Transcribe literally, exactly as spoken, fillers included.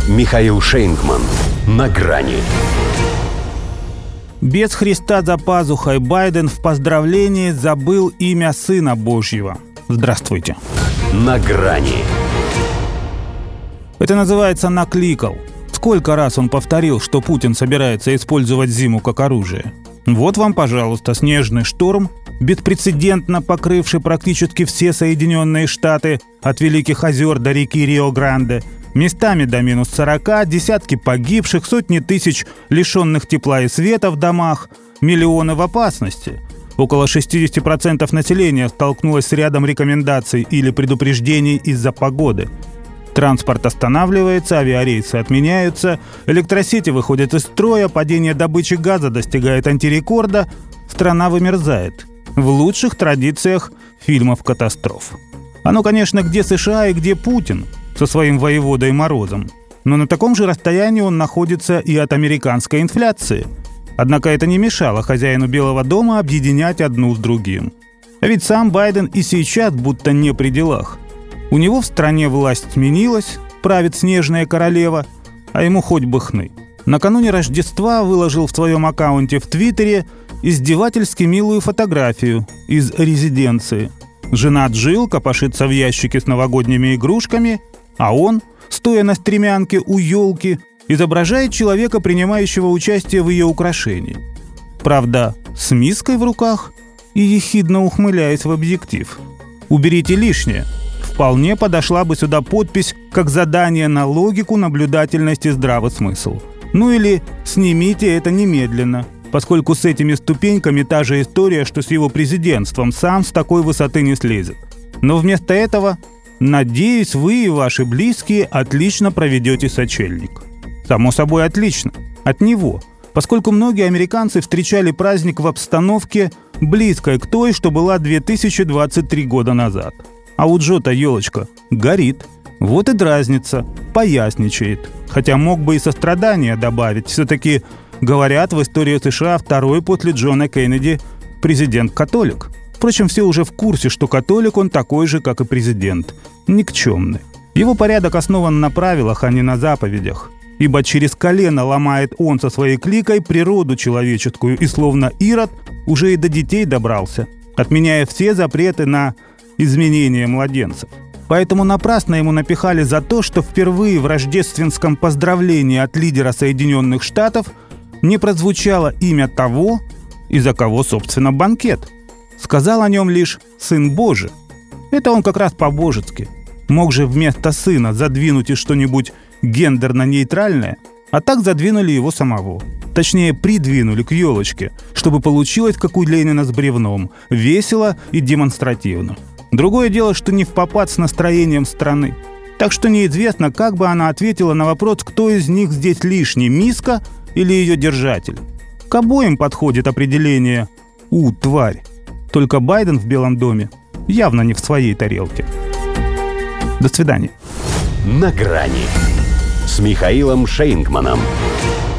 Михаил Шейнгман. На грани. Без Христа за пазухой Байден в поздравлении забыл имя Сына Божьего. Здравствуйте. На грани. Это называется «накликал». Сколько раз он повторил, что Путин собирается использовать зиму как оружие? Вот вам, пожалуйста, снежный шторм, беспрецедентно покрывший практически все Соединенные Штаты от Великих озер до реки Рио-Гранде, местами до минус сорока, десятки погибших, сотни тысяч лишенных тепла и света в домах, миллионы в опасности. Около шестьдесят процентов населения столкнулось с рядом рекомендаций или предупреждений из-за погоды. Транспорт останавливается, авиарейсы отменяются, электросети выходят из строя, падение добычи газа достигает антирекорда, страна вымерзает. В лучших традициях фильмов катастроф. А ну, конечно, где США и где Путин со своим воеводой Морозом. Но на таком же расстоянии он находится и от американской инфляции. Однако это не мешало хозяину Белого дома объединять одну с другим. А ведь сам Байден и сейчас будто не при делах. У него в стране власть сменилась, правит снежная королева, а ему хоть бы хны. Накануне Рождества выложил в своем аккаунте в Твиттере издевательски милую фотографию из резиденции. Жена Джилл копошится в ящике с новогодними игрушками, а он, стоя на стремянке у елки, изображает человека, принимающего участие в ее украшении. Правда, с миской в руках и ехидно ухмыляясь в объектив. «Уберите лишнее». Вполне подошла бы сюда подпись как задание на логику, наблюдательность и здравый смысл. Ну или «снимите это немедленно», поскольку с этими ступеньками та же история, что с его президентством, сам с такой высоты не слезет. Но вместо этого «надеюсь, вы и ваши близкие отлично проведете сочельник». Само собой, отлично. От него. Поскольку многие американцы встречали праздник в обстановке, близкой к той, что была две тысячи двадцать три года назад. А у Джо-то елочка горит. Вот и дразнится, поясничает. Хотя мог бы и сострадания добавить. Все-таки, говорят, в истории США второй после Джона Кеннеди президент-католик. Впрочем, все уже в курсе, что католик он такой же, как и президент. Никчемный. Его порядок основан на правилах, а не на заповедях. Ибо через колено ломает он со своей кликой природу человеческую и словно Ирод уже и до детей добрался, отменяя все запреты на изменение младенцев. Поэтому напрасно ему напихали за то, что впервые в рождественском поздравлении от лидера Соединенных Штатов не прозвучало имя того, из-за кого, собственно, банкет. Сказал о нем лишь «Сын Божий». Это он как раз по-божески. Мог же вместо сына задвинуть и что-нибудь гендерно-нейтральное, а так задвинули его самого. Точнее, придвинули к елочке, чтобы получилось, как у Ленина с бревном, весело и демонстративно. Другое дело, что не впопад с настроением страны. Так что неизвестно, как бы она ответила на вопрос, кто из них здесь лишний, миска или ее держатель. К обоим подходит определение «у, тварь». Только Байден в Белом доме явно не в своей тарелке. До свидания. На грани с Михаилом Шейнгманом.